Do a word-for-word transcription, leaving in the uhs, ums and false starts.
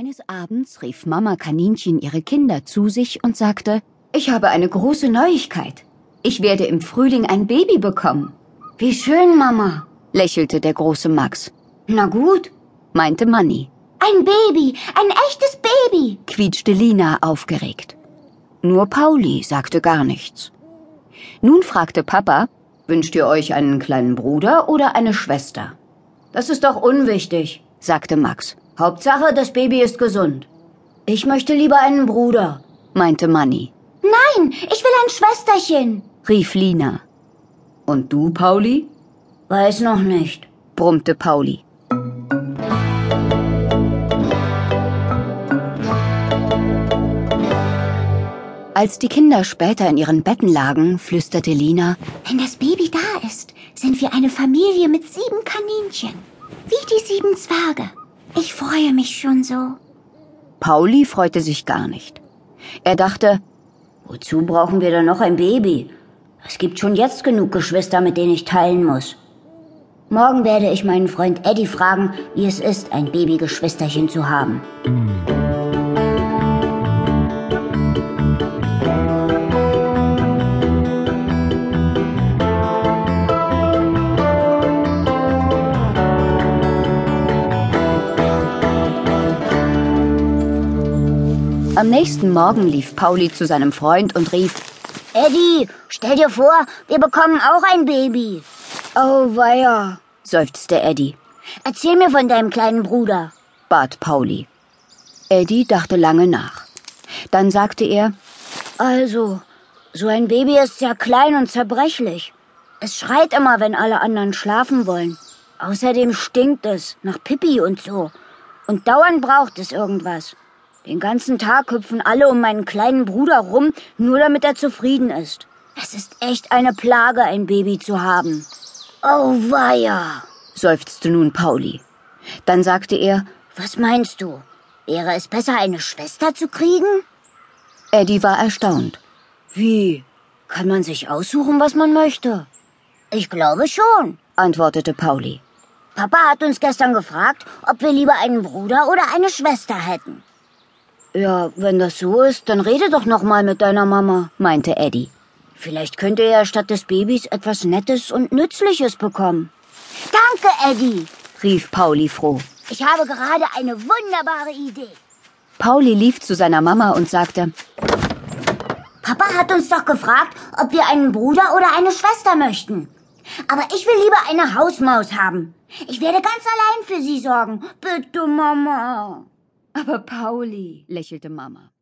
Eines Abends rief Mama Kaninchen ihre Kinder zu sich und sagte: »Ich habe eine große Neuigkeit. Ich werde im Frühling ein Baby bekommen.« »Wie schön, Mama«, lächelte der große Max. »Na gut«, meinte Manni. »Ein Baby, ein echtes Baby«, quietschte Lina aufgeregt. Nur Pauli sagte gar nichts. Nun fragte Papa: »Wünscht ihr euch einen kleinen Bruder oder eine Schwester?« »Das ist doch unwichtig«, sagte Max. »Hauptsache, das Baby ist gesund.« »Ich möchte lieber einen Bruder«, meinte Manni. »Nein, ich will ein Schwesterchen«, rief Lina. »Und du, Pauli?« »Weiß noch nicht«, brummte Pauli. Als die Kinder später in ihren Betten lagen, flüsterte Lina: »Wenn das Baby da ist, sind wir eine Familie mit sieben Kaninchen. Wie die sieben Zwerge. Ich freue mich schon so.« Pauli freute sich gar nicht. Er dachte: »Wozu brauchen wir denn noch ein Baby? Es gibt schon jetzt genug Geschwister, mit denen ich teilen muss. Morgen werde ich meinen Freund Eddie fragen, wie es ist, ein Babygeschwisterchen zu haben.« Am nächsten Morgen lief Pauli zu seinem Freund und rief: »Eddie, stell dir vor, wir bekommen auch ein Baby.« »Oh weia«, seufzte Eddie. »Erzähl mir von deinem kleinen Bruder«, bat Pauli. Eddie dachte lange nach. Dann sagte er: »Also, so ein Baby ist sehr klein und zerbrechlich. Es schreit immer, wenn alle anderen schlafen wollen. Außerdem stinkt es nach Pipi und so. Und dauernd braucht es irgendwas. Den ganzen Tag hüpfen alle um meinen kleinen Bruder rum, nur damit er zufrieden ist. Es ist echt eine Plage, ein Baby zu haben.« »Oh weia«, seufzte nun Pauli. Dann sagte er: »Was meinst du? Wäre es besser, eine Schwester zu kriegen?« Eddie war erstaunt. »Wie? Kann man sich aussuchen, was man möchte?« »Ich glaube schon«, antwortete Pauli. »Papa hat uns gestern gefragt, ob wir lieber einen Bruder oder eine Schwester hätten.« »Ja, wenn das so ist, dann rede doch noch mal mit deiner Mama«, meinte Eddie. »Vielleicht könnt ihr ja statt des Babys etwas Nettes und Nützliches bekommen.« »Danke, Eddie«, rief Pauli froh. »Ich habe gerade eine wunderbare Idee.« Pauli lief zu seiner Mama und sagte: »Papa hat uns doch gefragt, ob wir einen Bruder oder eine Schwester möchten. Aber ich will lieber eine Hausmaus haben. Ich werde ganz allein für sie sorgen. Bitte, Mama.« »Aber Pauli«, lächelte Mama.